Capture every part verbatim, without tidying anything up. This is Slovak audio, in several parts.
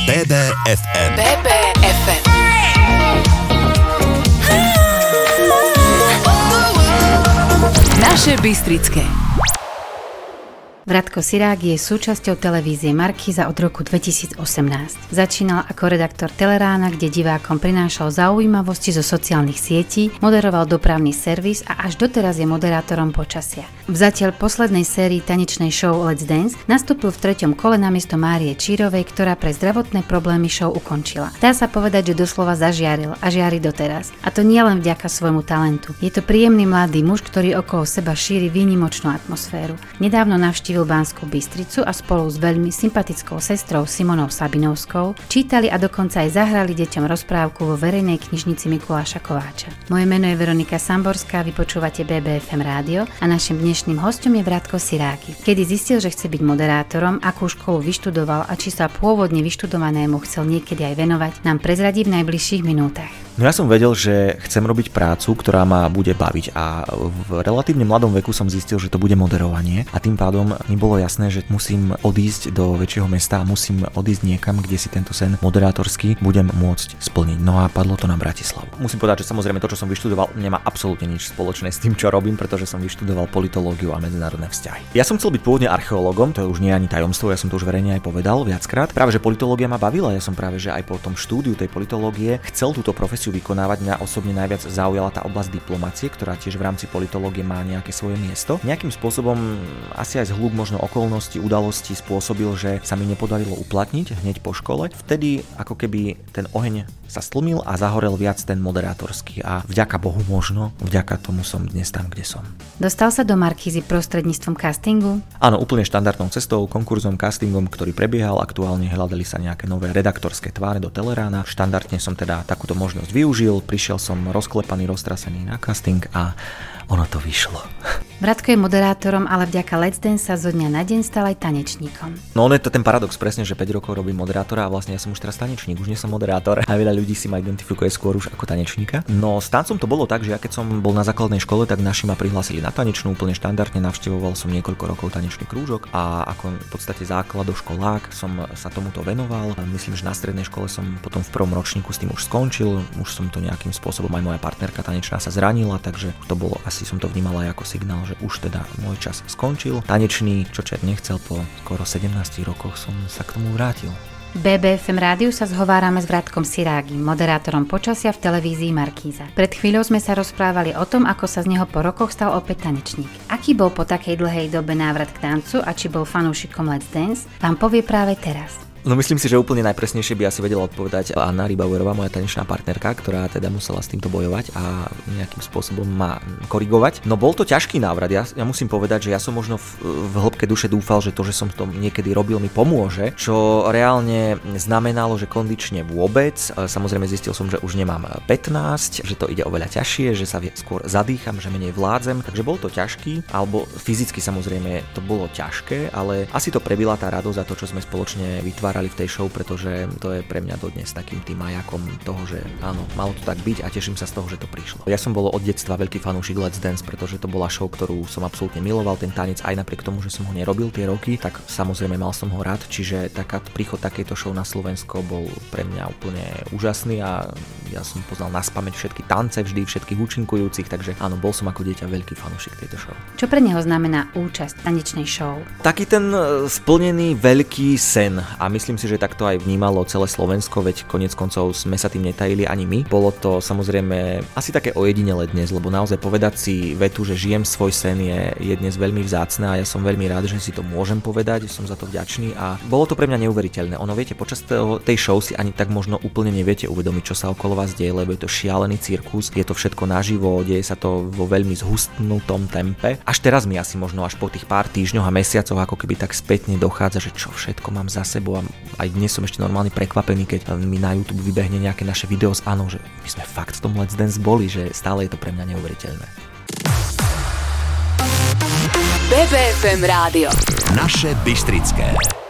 bé bé ef em. bé bé ef em. Naše Bystrické. Vratko Sirák je súčasťou televízie Markíza od roku dvetisícosemnásť. Začínal ako redaktor Telerána, kde divákom prinášal zaujímavosti zo sociálnych sietí, moderoval dopravný servis a až doteraz je moderátorom počasia. V zatiaľ poslednej sérii tanečnej show Let's Dance nastúpil v treťom kole namiesto Márie Čírovej, ktorá pre zdravotné problémy show ukončila. Dá sa povedať, že doslova zažiaril a žiari doteraz. A to nie len vďaka svojmu talentu. Je to príjemný mladý muž, ktorý okolo seba šíri výnimočnú atmosféru. Nedávno navštívil Banskú Bystricu a spolu s veľmi sympatickou sestrou Simonou Sabinovskou čítali a dokonca aj zahrali deťom rozprávku vo verejnej knižnici Mikuláša Kováča. Moje meno je Veronika Samborská, vy počúvate bé bé ef em rádio a našim dnešným hosťom je Vratko Siráky. Kedy zistil, že chce byť moderátorom, akú školu vyštudoval a či sa pôvodne vyštudovanému chcel niekedy aj venovať, nám prezradí v najbližších minútach. No ja som vedel, že chcem robiť prácu, ktorá ma bude baviť a v relatívne mladom veku som zistil, že to bude moderovanie a tým pádom mi bolo jasné, že musím odísť do väčšieho mesta a musím odísť niekam, kde si tento sen moderátorský budem môcť splniť. No a padlo to na Bratislavu. Musím povedať, že samozrejme to, čo som vyštudoval, nemá absolútne nič spoločné s tým, čo robím, pretože som vyštudoval politológiu a medzinárodné vzťahy. Ja som chcel byť pôvodne archeológom, to už nie je ani tajomstvo, ja som to už verejne aj povedal viackrát. Práve že politológia ma bavila, ja som práve že aj po tom štúdiu tej politológie chcel túto profesiu vykonávať. Mňa osobne najviac zaujala tá oblasť diplomacie, ktorá tiež v rámci politológie má nejaké svoje miesto. Nejakým spôsobom asi aj zhluk možno okolností, udalostí spôsobil, že sa mi nepodarilo uplatniť hneď po škole. Vtedy ako keby ten oheň sa stlmil a zahorel viac ten moderátorský a vďaka Bohu možno, vďaka tomu som dnes tam, kde som. Dostal sa do Markízy prostredníctvom castingu? Áno, úplne štandardnou cestou, konkurzom, castingom, ktorý prebiehal. Aktuálne hľadali sa nejaké nové redaktorské tváre do Telerána. Štandardne som teda takúto možnosť využil. Prišiel som rozklepaný, roztrasený na casting a ono to vyšlo. Vratko je moderátorom, ale vďaka Let's Dance sa zo dňa na deň stal aj tanečníkom. No on je to ten paradox presne, že päť rokov robím moderátora a vlastne ja som už teraz tanečník, už nie som moderátor. A veľa ľudí si ma identifikuje skôr už ako tanečníka. No s tancom to bolo tak, že ja keď som bol na základnej škole, tak naši ma prihlásili na tanečnú, úplne štandardne navštevoval som niekoľko rokov tanečný krúžok a ako v podstate základoškolák som sa tomuto venoval. Myslím, že na strednej škole som potom v prvom ročníku s tým už skončil. Už som to nejakým spôsobom, aj moja partnerka tanečná sa zranila, takže to bolo asi som to vnímal aj ako signál, že už teda môj čas skončil. Tanečný, čo čert nechcel, po skoro sedemnástich rokoch som sa k tomu vrátil. V bé bé ef em rádiu sa zhovárame s Vratkom Sirágim, moderátorom počasia v televízii Markíza. Pred chvíľou sme sa rozprávali o tom, ako sa z neho po rokoch stal opäť tanečník. Aký bol po takej dlhej dobe návrat k tancu a či bol fanúšikom Let's Dance, vám povie práve teraz. No myslím si, že úplne najpresnejšie by asi vedela odpovedať Anna Rybauerová, moja tanečná partnerka, ktorá teda musela s týmto bojovať a nejakým spôsobom ma korigovať. No bol to ťažký návrat, ja, ja musím povedať, že ja som možno v, v hĺbke duše dúfal, že to, že som to niekedy robil, mi pomôže, čo reálne znamenalo, že kondične vôbec. Samozrejme zistil som, že už nemám pätnásť, že to ide oveľa ťažšie, že sa skôr zadýcham, že menej vládzem, takže bol to ťažký, alebo fyzicky samozrejme to bolo ťažké, ale asi to prebila tá radosť za to, čo sme spoločne vytvárali v tej show, pretože to je pre mňa dodnes takým tým majakom toho, že áno, malo to tak byť a teším sa z toho, že to prišlo. Ja som bol od detstva veľký fanúšik Let's Dance, pretože to bola show, ktorú som absolútne miloval, ten tanec aj napriek tomu, že som ho nerobil tie roky, tak samozrejme mal som ho rád, čiže taká príchod takejto show na Slovensko bol pre mňa úplne úžasný a ja som poznal naspamäť všetky tance vždy, všetkých účinkujúcich, takže áno, bol som ako dieťa veľký fanúšik tejto show. Čo pre neho znamená účasť v tanečnej show? Taký ten splnený veľký sen a myslím si, že takto aj vnímalo celé Slovensko, veď koniec koncov sme sa tým netajili ani my. Bolo to samozrejme asi také ojedinelé dnes, lebo naozaj povedať si vetu, že žijem svoj sen je, je dnes veľmi vzácne a ja som veľmi rád, že si to môžem povedať, som za to vďačný a bolo to pre mňa neuveriteľné. Ono viete, počas toho, tej show si ani tak možno úplne neviete uvedomiť, čo sa okolo vás deje, lebo je to šialený cirkus, je to všetko naživo, deje sa to vo veľmi zhustnutom tempe. Až teraz mi asi možno až po tých pár týždňoch a mesiacoch ako keby tak spätne dochádza, že čo všetko mám za sebou a aj dnes som ešte normálne prekvapený, keď mi na YouTube vybehne nejaké naše video s Anou, že my sme fakt v tom Let's Dance boli, že stále je to pre mňa neuveriteľné. bé bé ef em rádio. Naše Bystrické.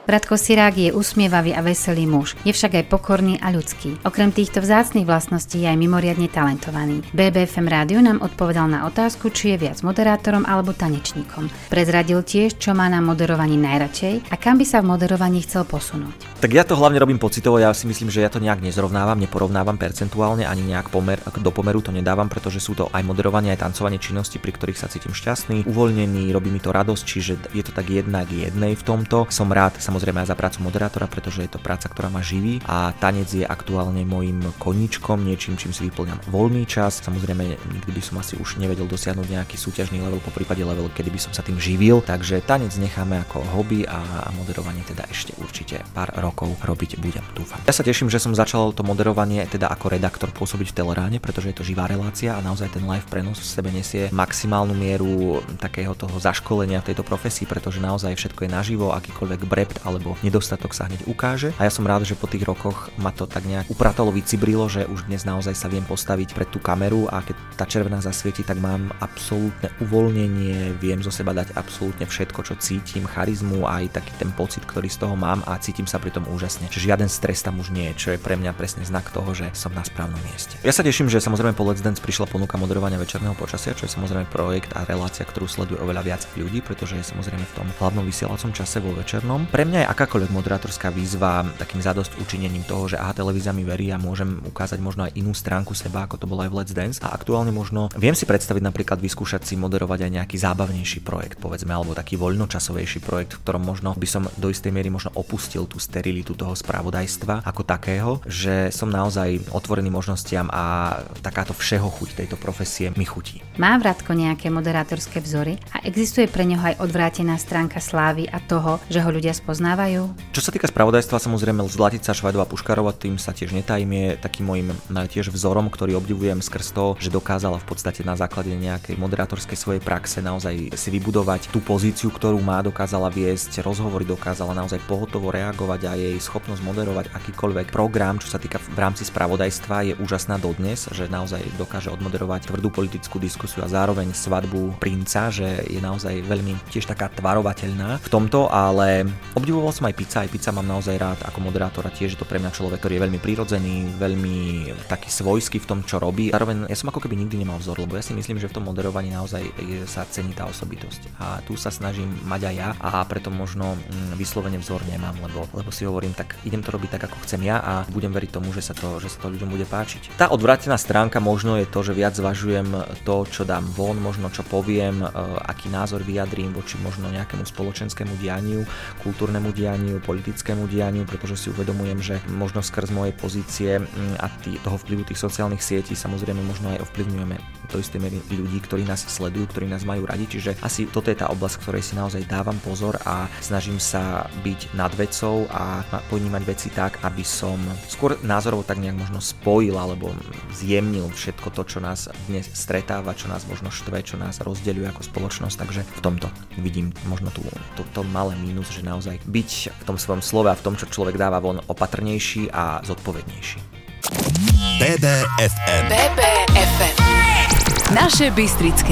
Vratko Sirák je usmievavý a veselý muž, je však aj pokorný a ľudský. Okrem týchto vzácnych vlastností je aj mimoriadne talentovaný. bé bé ef em rádiu nám odpovedal na otázku, či je viac moderátorom alebo tanečníkom. Prezradil tiež, čo má na moderovaní najradšej a kam by sa v moderovaní chcel posunúť. Tak ja to hlavne robím pocitovo, ja si myslím, že ja to nejak nezrovnávam, neporovnávam percentuálne, ani nejak pomer, do pomeru to nedávam, pretože sú to aj moderovanie, aj tancovanie činnosti, pri ktorých sa cítim šťastný, uvoľnený, robí mi to radosť, čiže je to tak jedna k jednej v tomto. Som rád samozrejme aj za prácu moderátora, pretože je to práca, ktorá ma živí a tanec je aktuálne mojím koníčkom, niečím, čím si vyplňam voľný čas. Samozrejme, nikdy by som asi už nevedel dosiahnuť nejaký súťažný level, po prípade level, kedy by som sa tým živil. Takže tanec necháme ako hobby a, a moderovanie teda ešte určite pár rokov robiť budem, dúfam. Ja sa teším, že som začal to moderovanie teda ako redaktor pôsobiť v Teleráne, pretože je to živá relácia a naozaj ten live prenos v sebe nesie maximálnu mieru takého toho zaškolenia v tejto profesii, pretože naozaj všetko je naživo, akýkoľvek brept alebo nedostatok sa hneď ukáže. A ja som rád, že po tých rokoch ma to tak nejak upratalo, vycibrilo, že už dnes naozaj sa viem postaviť pred tú kameru a keď tá červená zasvieti, tak mám absolútne uvoľnenie, viem zo seba dať absolútne všetko, čo cítim, charizmu aj taký ten pocit, ktorý z toho mám a cítim sa pri tom úžasne. Čiže žiaden stres tam už nie je, čo je pre mňa presne znak toho, že som na správnom mieste. Ja sa teším, že samozrejme po Let's Dance prišla ponuka moderovania večerného počasia, čo je samozrejme projekt a relácia, ktorú sleduje oveľa viac ľudí, pretože je samozrejme v tom hlavnom vysielacom čase vo večernom. Pre mňa je akákoľvek moderátorská výzva takým zadosť učinením toho, že aha, televízia mi verí a môžem ukázať možno aj inú stránku seba, ako to bolo aj v Let's Dance. A aktuálne možno viem si predstaviť napríklad vyskúšať si moderovať aj nejaký zábavnejší projekt, povedzme, alebo taký voľnočasovejší projekt, v ktorom možno by som do istej miery možno opustil tú sterilitu toho spravodajstva ako takého, že som naozaj otvorený možnostiam a takáto všeho chuť tejto profesie mi chutí. Má Vratko nejaké moderátorské vzory a existuje pre neho aj odvrátená stránka slávy a toho, že ho ľudia spoznávajú? Čo sa týka spravodajstva, samozrejme Zlatica Švajdová Puškarova, tým sa tiež netajím, je takým mojím tiež vzorom, ktorý obdivujem skrz to, že dokázala v podstate na základe nejakej moderátorskej svojej praxe naozaj si vybudovať tú pozíciu, ktorú má, dokázala viesť rozhovory, dokázala naozaj pohotovo reagovať a jej schopnosť moderovať akýkoľvek program, čo sa týka v rámci spravodajstva, je úžasná dodnes, že naozaj dokáže odmoderovať tvrdú politickú diskusiu a zároveň svadbu princa, že je naozaj veľmi tiež taká tvarovateľná v tomto, ale obdivoval som aj Pizza, aj Pizza mám naozaj rád ako moderátora, tiež je to pre mňa človek, ktorý je veľmi prirodzený, veľmi taký svojský v tom, čo robí. Zároveň ja som ako keby nikdy nemal vzor, lebo ja si myslím, že v tom moderovaní naozaj je, sa cení tá osobitosť. A tu sa snažím mať aj ja a preto možno mm, vyslovene vzor nemám, lebo, lebo si hovorím, tak idem to robiť tak, ako chcem ja a budem veriť tomu, že sa to, že sa to ľuďom bude páčiť. Tá odvrátená stránka možno je to, že viac zvažujem to, čo dám von, možno čo poviem, aký názor vyjadrím voči možno nejakému spoločenskému dianiu, kultúrnemu dianiu, politickému dianiu, pretože si uvedomujem, že možno skrz mojej pozície a tý, toho vplyvu tých sociálnych sietí samozrejme možno aj ovplyvňujeme do istej miery ľudí, ktorí nás sledujú, ktorí nás majú radi, čiže asi toto je tá oblasť, v ktorej si naozaj dávam pozor a snažím sa byť nad vecou a ponímať veci tak, aby som skôr názorovo tak nejak možno spojil alebo zjemnil všetko to, čo nás dnes stretáva, čo nás možno štve, čo nás rozdeľuje ako spoločnosť, takže v tomto vidím možno tú, to, to malé mínus, že naozaj byť v tom svojom slove a v tom, čo človek dáva von, opatrnejší a zodpovednejší. bé bé ef em. bé bé ef em. Naše Bystrické.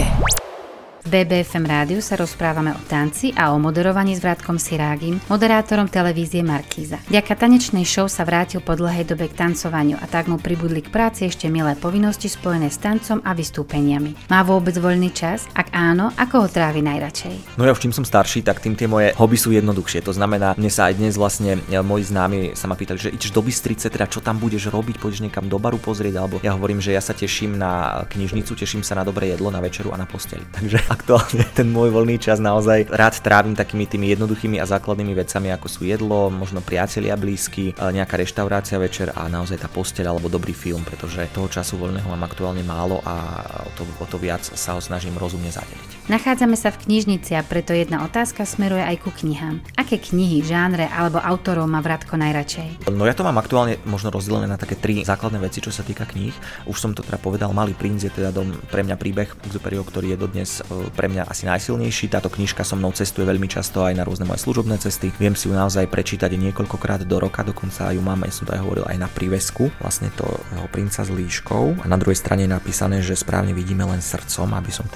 V bé bé ef em rádiu sa rozprávame o tanci a o moderovaní s Vratkom Sirágim, moderátorom televízie Markíza. Vďaka tanečnej show sa vrátil po dlhej dobe k tancovaniu a tak mu pribudli k práci ešte milé povinnosti spojené s tancom a vystúpeniami. Má vôbec voľný čas? Ak áno, ako ho trávi najradšej? No ja už čím som starší, tak tým tie moje hobby sú jednoduchšie. To znamená, mne sa aj dnes vlastne moji známi sa ma pýtali, že ideš do Bystrice, teda čo tam budeš robiť, pôjdeš niekam do baru pozrieť, alebo ja hovorím, že ja sa teším na knižnicu, teším sa na dobré jedlo, na večeru a na posteľ. Takže aktuálne ten môj voľný čas naozaj rád trávim takými tými jednoduchými a základnými vecami, ako sú jedlo, možno priatelia blízky, nejaká reštaurácia večer a naozaj tá posteľ alebo dobrý film, pretože toho času voľného mám aktuálne málo a o to, o to viac sa ho snažím rozumne zadeliť. Nachádzame sa v knižnici a preto jedna otázka smeruje aj ku knihám. Aké knihy, žánre alebo autorov má Vratko najradšej? No ja to mám aktuálne možno rozdelené na také tri základné veci, čo sa týka kníh. Už som to teda povedal, Malý princ je teda dom, pre mňa príbeh Exupéryho, ktorý je dodnes pre mňa asi najsilnejší. Táto knižka so mnou cestuje veľmi často aj na rôzne moje služobné cesty. Viem si ju naozaj prečítať niekoľkokrát do roka, dokonca ju mám, ja som to aj hovoril, aj na prívesku, vlastne toho princa s líškou. A na druhej strane je napísané, že správne vidíme len srdcom, aby som teda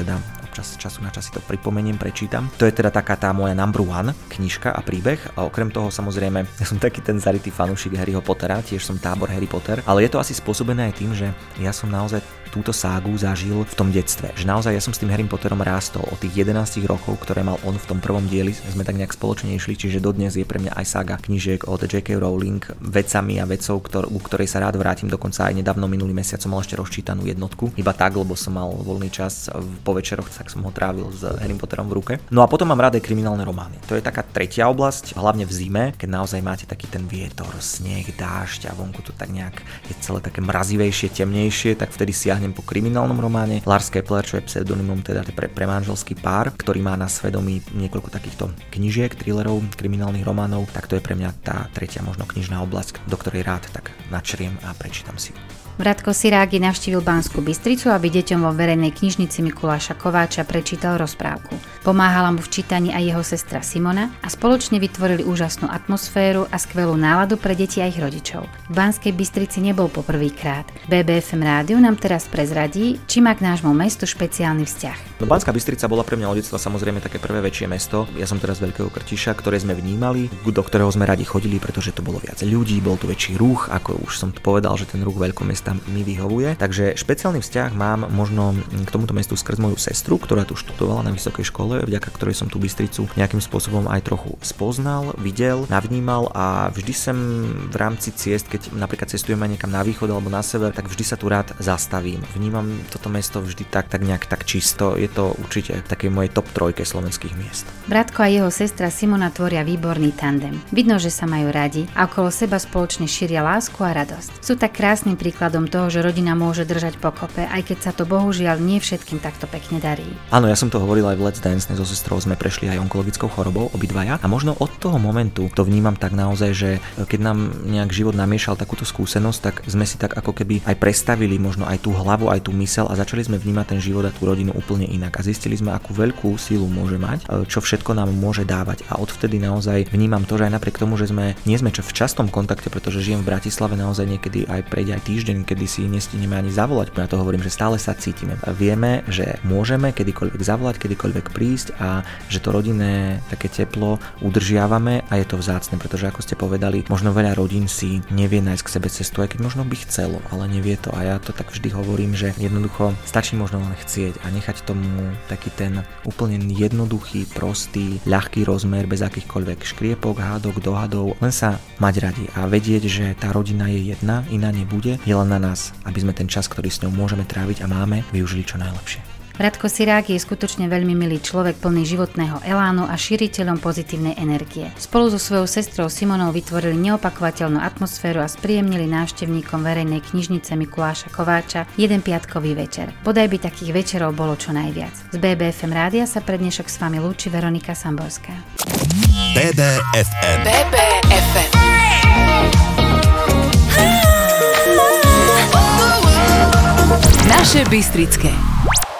občas času na čas si to pripomeniem, prečítam. To je teda taká tá moja number one knižka a príbeh. A okrem toho samozrejme, ja som taký ten zarytý fanúšik Harryho Pottera, tiež som tábor Harry Potter, ale je to asi spôsobené aj tým, že ja som naozaj túto ságu zažil v tom detstve. Že naozaj ja som s tým Harrym Potterom rástol od tých jedenástich rokov, ktoré mal on v tom prvom dieli. Sme tak nejak spoločne išli, čiže dodnes je pre mňa aj sága knížiek od J K. Rowling vecami a vecou, ktor- u ktorej sa rád vrátim. Dokonca aj nedávno minulý mesiac som mal ešte rozčítanú jednotku. Iba tak, lebo som mal voľný čas po večeroch, tak som ho trávil s Harrym Potterom v ruke. No a potom mám rád aj kriminálne romány. To je taká tretia oblasť, hlavne v zime, keď naozaj máte taký ten vietor, sneh, dážď a vonku to tak nejak je celé také mrazivejšie, temnejšie, tak vtedy siahnem po kriminálnom románe. Lars Kepler, čo je pseudonymom teda pre, pre manželský pár, ktorý má na svedomí niekoľko takýchto knižiek, thrillerov, kriminálnych románov, tak to je pre mňa tá tretia možno knižná oblasť, do ktorej rád tak načriem a prečítam si. Bratko Sirági navštívil Banskú Bystricu, aby deťom vo verejnej knižnici Mikuláša Kováča prečítal rozprávku. Pomáhala mu v čítaní aj jeho sestra Simona a spoločne vytvorili úžasnú atmosféru a skvelú náladu pre deti a ich rodičov. V Banskej Bystrici nebol poprvýkrát. bé bé ef em rádio nám teraz prezradí, či má k nášmu mestu špeciálny vzťah. No, Banská Bystrica bola pre mňa od detstva samozrejme také prvé väčšie mesto. Ja som teraz z Veľkého Krtiša, ktoré sme vnímali, do ktorého sme radi chodili, pretože to bolo viac ľudí, bol tu väčší ruch, ako už som povedal, že ten ruch veľkomesta mi vyhovuje. Takže špeciálny vzťah mám možno k tomuto mestu skrz moju sestru, ktorá tu študovala na vysokej škole, vďaka ktorej som tú Bystricu nejakým spôsobom aj trochu spoznal, videl, navnímal a vždy sem v rámci ciest, keď napríklad cestujeme niekam na východ alebo na sever, tak vždy sa tu rád zastavím. Vnímam toto mesto vždy tak, tak nejak tak čisto. Je to určite také mojej top trojke slovenských miest. Bratko a jeho sestra Simona tvoria výborný tandem. Vidno, že sa majú radi a okolo seba spoločne šíria lásku a radosť. Sú tak krásnym príkladom toho, že rodina môže držať pokope, aj keď sa to bohužiaľ nie všetkým takto pekne darí. Áno, ja som to hovoril aj v Let's Dance, so sestrou sme prešli aj onkologickou chorobou obidvaja a možno od toho momentu to vnímam tak naozaj, že keď nám nejak život namiešal takúto skúsenosť, tak sme si tak ako keby aj prestavili možno aj tú hlavu, aj tú myseľ a začali sme vnímať ten život a tú rodinu úplne inak a zistili sme, akú veľkú sílu môže mať, čo všetko nám môže dávať a odvtedy naozaj vnímam to, že aj napriek tomu, že sme nie sme čo v častom kontakte, pretože žijem v Bratislave, naozaj niekedy aj prejde aj týždeň, kedy si nestihneme ani zavolať. Ja to hovorím, že stále sa cítime. Vieme, že môžeme kedykoľvek zavolať, kedykoľvek prísť a že to rodinné také teplo udržiavame a je to vzácne, pretože ako ste povedali, možno veľa rodín si nevie nájsť k sebe cestu, aj keď možno by chcelo, ale nevie to a ja to tak vždy hovorím, že jednoducho stačí možno len chcieť a nechať tomu taký ten úplne jednoduchý, prostý, ľahký rozmer bez akýchkoľvek škriepok, hádok, dohadov, len sa mať radi a vedieť, že tá rodina je jedna, iná nebude, je len na nás, aby sme ten čas, ktorý s ňou môžeme tráviť a máme, využili čo najlepšie. Bratko Sirági je skutočne veľmi milý človek plný životného elánu a šíriteľom pozitívnej energie. Spolu so svojou sestrou Simonou vytvorili neopakovateľnú atmosféru a spríjemnili návštevníkom verejnej knižnice Mikuláša Kováča jeden piatkový večer. Bodaj by takých večerov bolo čo najviac. Z bé bé ef em rádia sa pre dnešok s vami lúči Veronika Samborská. bé bé ef em. bé bé ef em. Naše Bystrické.